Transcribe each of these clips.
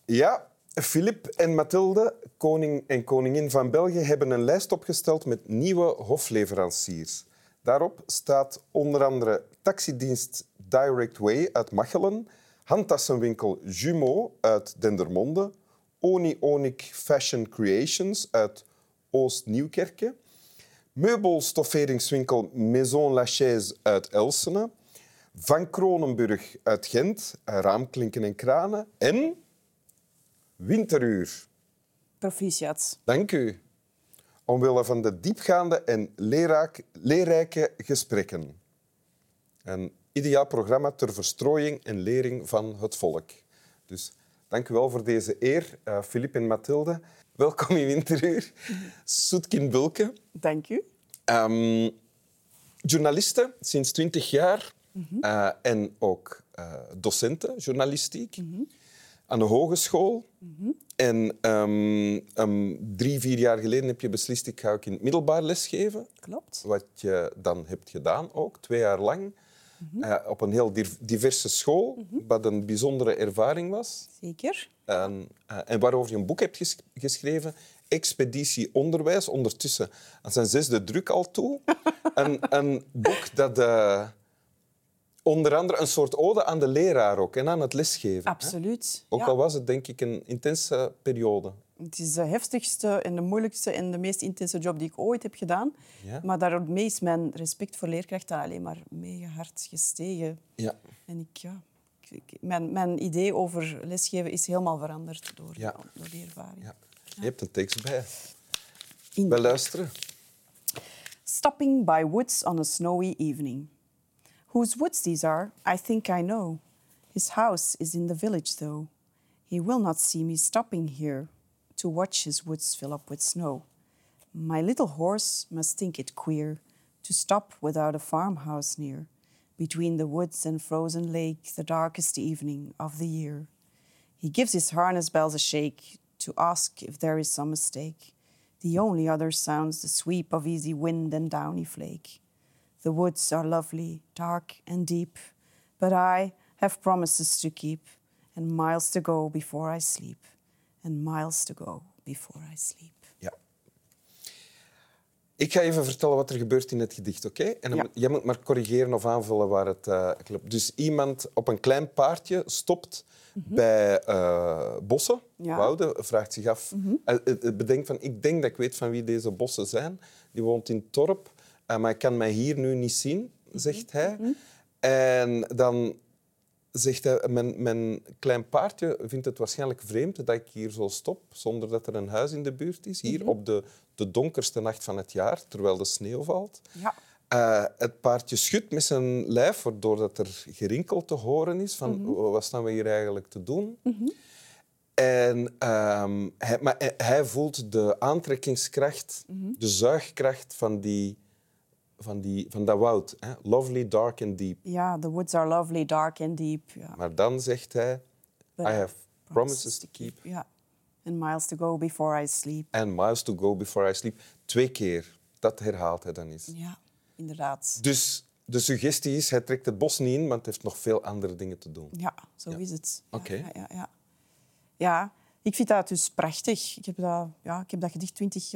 Ja, Filip en Mathilde, koning en koningin van België, hebben een lijst opgesteld met nieuwe hofleveranciers. Daarop staat onder andere taxidienst Direct Way uit Machelen, handtassenwinkel Jumeau uit Dendermonde, Oni Onik Fashion Creations uit Oost-Nieuwkerke, meubelstofferingswinkel Maison Lachaise uit Elsene, Van Kronenburg uit Gent, raamklinken en kranen en Winteruur. Proficiat. Dank u. Omwille van de diepgaande en leerrijke gesprekken. Een ideaal programma ter verstrooiing en lering van het volk. Dus dank u wel voor deze eer, Filip en Mathilde. Welkom in Winteruur. Soetkin Bulke. Dank u. Journaliste, sinds 20 jaar. En ook docenten, journalistiek. Aan de hogeschool. En 3-4 jaar geleden heb je beslist, ik ga ook in het middelbaar lesgeven. Klopt. Wat je dan hebt gedaan ook, 2 jaar lang. Op een heel diverse school, wat een bijzondere ervaring was. Zeker. En waarover je een boek hebt geschreven, Expeditie Onderwijs, ondertussen aan zijn 6e druk al toe. Een boek dat onder andere een soort ode aan de leraar ook en aan het lesgeven. Absoluut. Ook al was het denk ik een intense periode. Het is de heftigste en de moeilijkste en de meest intense job die ik ooit heb gedaan. Ja. Maar daarmee is mijn respect voor leerkrachten alleen maar mega hard gestegen. Ja. En mijn idee over lesgeven is helemaal veranderd door die ervaring. Ja. Je hebt een tekst bij. In- Wij luisteren. Stopping by woods on a snowy evening. Whose woods these are, I think I know. His house is in the village, though. He will not see me stopping here to watch his woods fill up with snow. My little horse must think it queer to stop without a farmhouse near, between the woods and frozen lake, the darkest evening of the year. He gives his harness bells a shake to ask if there is some mistake. The only other sounds the sweep of easy wind and downy flake. The woods are lovely, dark and deep, but I have promises to keep and miles to go before I sleep. And miles to go before I sleep. Ja. Ik ga even vertellen wat er gebeurt in het gedicht, oké? En dan jij moet maar corrigeren of aanvullen waar het klopt. Dus iemand op een klein paardje stopt bij bossen, wouden, vraagt zich af... bedenkt van, ik denk dat ik weet van wie deze bossen zijn. Die woont in Torp, maar ik kan mij hier nu niet zien, zegt hij. En dan zegt hij, mijn klein paardje vindt het waarschijnlijk vreemd dat ik hier zo stop, zonder dat er een huis in de buurt is. Hier op de donkerste nacht van het jaar, terwijl de sneeuw valt. Ja. Het paardje schudt met zijn lijf, waardoor dat er gerinkel te horen is. Van, wat staan we hier eigenlijk te doen? En, hij voelt de aantrekkingskracht, de zuigkracht van dat woud. Hè? Lovely, dark and deep. Ja, the woods are lovely, dark and deep. Ja. Maar dan zegt hij, I have promises to keep. Ja. And miles to go before I sleep. And miles to go before I sleep. 2 keer. Dat herhaalt hij dan eens. Ja, inderdaad. Dus de suggestie is, hij trekt het bos niet in, want hij heeft nog veel andere dingen te doen. Ja, zo is het. Ja, Oké. Ja, ik vind dat dus prachtig. Ik heb dat gedicht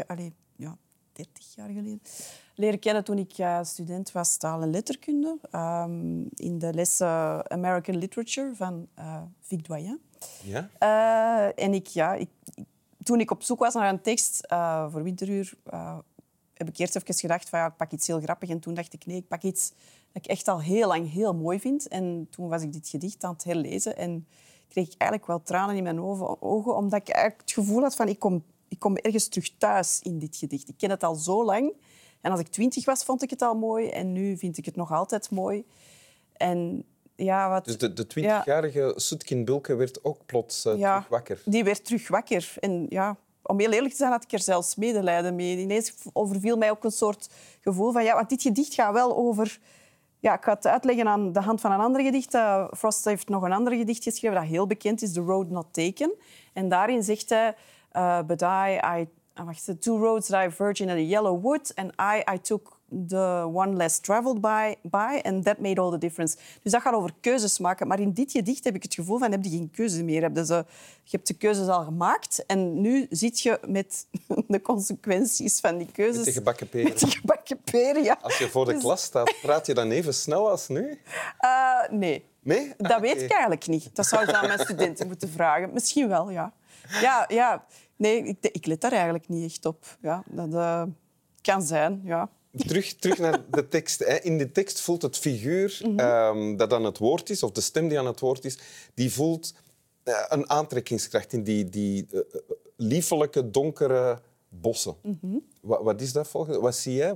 30 jaar geleden leren kennen toen ik student was taal en letterkunde. In de lessen American Literature van Vic Doyen. Ja? En toen ik op zoek was naar een tekst voor Winteruur, heb ik eerst even gedacht van ik pak iets heel grappig. En toen dacht ik, nee, ik pak iets dat ik echt al heel lang heel mooi vind. En toen was ik dit gedicht aan het herlezen en kreeg ik eigenlijk wel tranen in mijn ogen, omdat ik eigenlijk het gevoel had van ik kom ergens terug thuis in dit gedicht. Ik ken het al zo lang. En als ik 20 was, vond ik het al mooi. En nu vind ik het nog altijd mooi. En Dus de 20-jarige Soetkin Bulke werd ook plots terug wakker. Die werd terug wakker. En om heel eerlijk te zijn, had ik er zelfs medelijden mee. Ineens overviel mij ook een soort gevoel van... want dit gedicht gaat wel over... ik ga het uitleggen aan de hand van een ander gedicht. Frost heeft nog een ander gedicht geschreven dat heel bekend is, The Road Not Taken. En daarin zegt hij... But I 2 roads diverge in a yellow wood, and I took the one less traveled by and that made all the difference. Dus dat gaat over keuzes maken. Maar in dit gedicht heb ik het gevoel van heb je geen keuze meer. Je hebt de keuzes al gemaakt en nu zit je met de consequenties van die keuzes. Met de gebakken peren. Met de gebakken peren, ja. Als je voor de klas staat, praat je dan even snel als nu? Nee. Nee? Dat weet ik eigenlijk niet. Dat zou ik aan mijn studenten moeten vragen. Misschien wel, ja. Ja. Nee, ik let daar eigenlijk niet echt op. Ja, dat kan zijn, ja. Terug naar de tekst. In de tekst voelt het figuur dat aan het woord is, of de stem die aan het woord is, die voelt een aantrekkingskracht in die liefelijke, donkere bossen. Wat is dat volgens? Wat zie jij?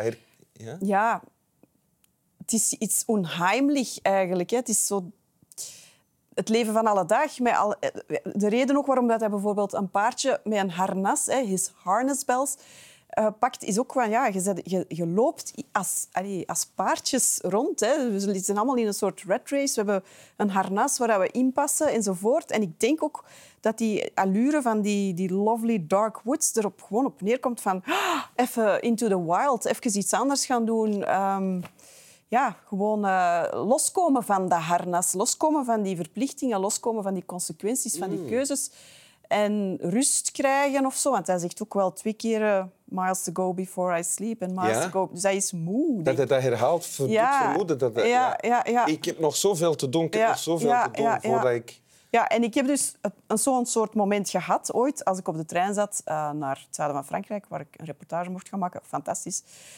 Ja, het is iets onheimelijk eigenlijk. Hè. Het is zo het leven van alle dag. De reden ook waarom dat hij bijvoorbeeld een paardje met een harnas, his harness bells, pakt, is ook van je loopt als paardjes rond. Hè. We zitten allemaal in een soort rat race. We hebben een harnas waar we inpassen enzovoort. En ik denk ook dat die allure van die lovely dark woods erop gewoon op neerkomt van even into the wild, even iets anders gaan doen. Gewoon loskomen van dat harnas, loskomen van die verplichtingen, loskomen van die consequenties van die keuzes en rust krijgen of zo. Want hij zegt ook wel 2 keer miles to go before I sleep en miles to go. Dus hij is moe. Dat hij dat herhaalt, vermoeden. Ik heb nog zoveel te doen, voordat ik... Ja, en ik heb dus zo'n soort moment gehad ooit, als ik op de trein zat naar het zuiden van Frankrijk, waar ik een reportage mocht gaan maken. Fantastisch.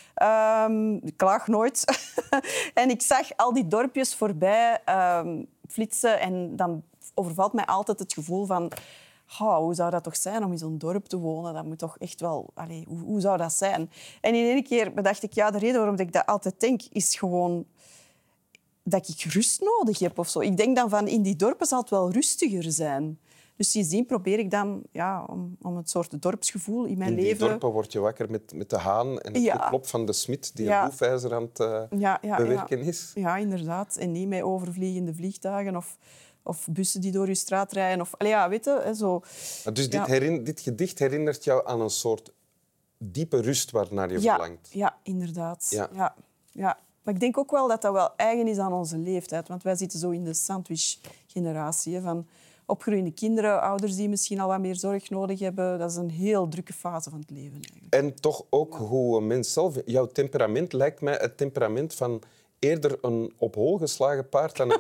Ik klaag nooit. En ik zag al die dorpjes voorbij flitsen en dan overvalt mij altijd het gevoel van hoe zou dat toch zijn om in zo'n dorp te wonen? Dat moet toch echt wel... hoe zou dat zijn? En in één keer bedacht ik, de reden waarom ik dat altijd denk, is gewoon dat ik rust nodig heb of zo. Ik denk dan van, in die dorpen zal het wel rustiger zijn. Dus sindsdien probeer ik dan om het soort dorpsgevoel in mijn leven... In die dorpen word je wakker met de haan en het geklop van de smid die een hoefijzer aan het bewerken is. Ja, inderdaad. En niet met overvliegende vliegtuigen of bussen die door je straat rijden. Weet je, zo. Dus dit gedicht herinnert jou aan een soort diepe rust waarnaar je verlangt. Ja, inderdaad. Ja. Maar ik denk ook wel dat dat wel eigen is aan onze leeftijd. Want wij zitten zo in de sandwich-generatie van opgroeiende kinderen, ouders die misschien al wat meer zorg nodig hebben. Dat is een heel drukke fase van het leven. Eigenlijk. En toch ook hoe een mens zelf... Jouw temperament lijkt mij het temperament van eerder een op hol geslagen paard dan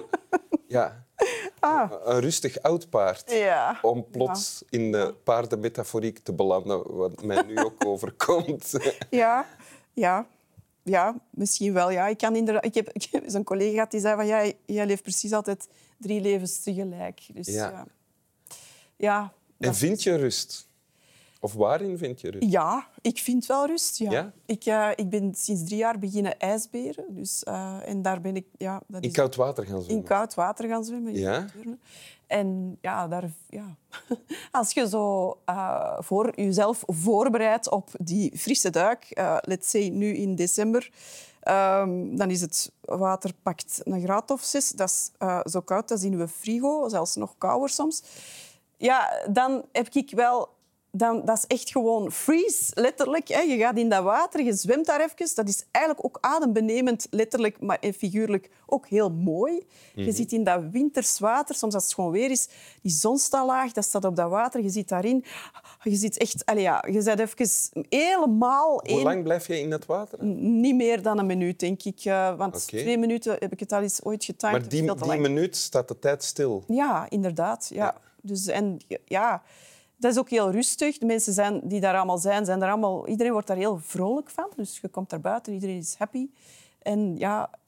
een rustig oud paard. Ja. Om plots in de paardenmetaforiek te belanden, wat mij nu ook overkomt. Ja, misschien wel. Ja. Ik heb een collega gehad die zei van jij leeft precies altijd 3 levens tegelijk. Dus, en vind je rust? Of waarin vind je rust? Ja, ik vind wel rust. Ja. Ja? Ik ben sinds 3 jaar beginnen ijsberen. Dus, en daar ben ik... In koud water gaan zwemmen? In koud water gaan zwemmen. Ja? En als je zo voor jezelf voorbereidt op die frisse duik, let's say nu in december, dan is het water pakt een graad of 6. Dat is zo koud als in uw frigo, zelfs nog kouder soms. Ja, dan heb ik wel... dat is echt gewoon freeze, letterlijk. Hè. Je gaat in dat water, je zwemt daar even. Dat is eigenlijk ook adembenemend, letterlijk, maar figuurlijk ook heel mooi. Je zit in dat winters water, soms als het gewoon weer is. Die zon staat laag, dat staat op dat water, je zit daarin. Je zit echt... je bent even helemaal... Hoe lang blijf je in het water? Niet meer dan een minuut, denk ik. Want 2 minuten heb ik het al eens ooit getimed. Maar die minuut staat de tijd stil? Ja, inderdaad. Ja. Dus, dat is ook heel rustig. De mensen die daar allemaal zijn daar allemaal... Iedereen wordt daar heel vrolijk van. Dus je komt daar buiten, iedereen is happy. En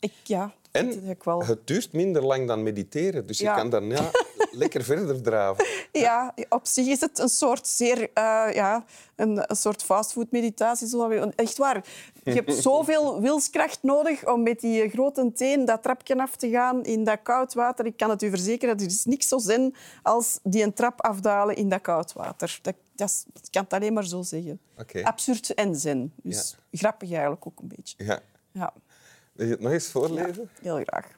het duurt minder lang dan mediteren. Dus je kan daarna lekker verder draven. Ja, op zich is het een soort een soort fastfood-meditatie. Echt waar. Je hebt zoveel wilskracht nodig om met die grote teen dat trapje af te gaan in dat koud water. Ik kan het u verzekeren, er is niks zo zen als die een trap afdalen in dat koud water. Ik kan het alleen maar zo zeggen. Okay. Absurd en zen. Dus grappig eigenlijk ook een beetje. Ja. Wil je het nog eens voorlezen? Ja, heel graag.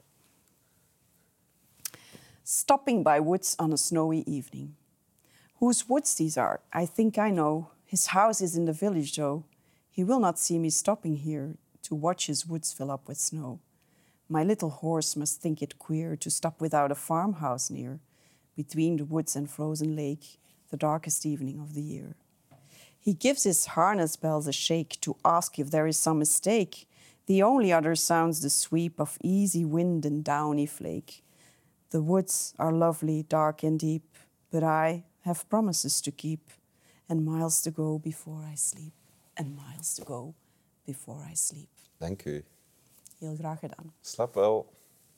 Stopping by woods on a snowy evening. Whose woods these are, I think I know. His house is in the village, though. He will not see me stopping here to watch his woods fill up with snow. My little horse must think it queer to stop without a farmhouse near, between the woods and frozen lake, the darkest evening of the year. He gives his harness bells a shake to ask if there is some mistake. The only other sound's the sweep of easy wind and downy flake. The woods are lovely, dark and deep, but I have promises to keep, and miles to go before I sleep. And miles to go before I sleep. Dank u. Heel graag gedaan. Slap wel.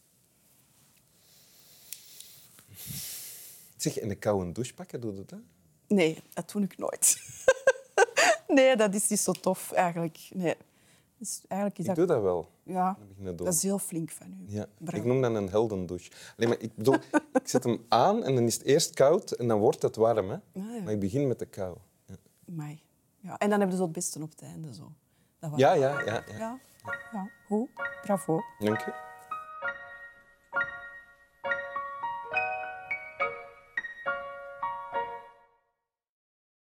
Zeg, in de koude douche pakken, doe je dat? Nee, dat doe ik nooit. Nee, dat is niet zo tof eigenlijk. Nee. Dus eigenlijk is Ik doe dat wel. Ja, dat is heel flink van u. Ja. Ik noem dat een heldendouche. Alleen maar, ik bedoel, ik zet hem aan en dan is het eerst koud en dan wordt het warm. Hè? Ah, ja. Maar ik begin met de kou. Ja. Amai. Ja. En dan hebben ze het beste op het einde. Zo. Dat was Ja. Ja, goed. Bravo. Dank je.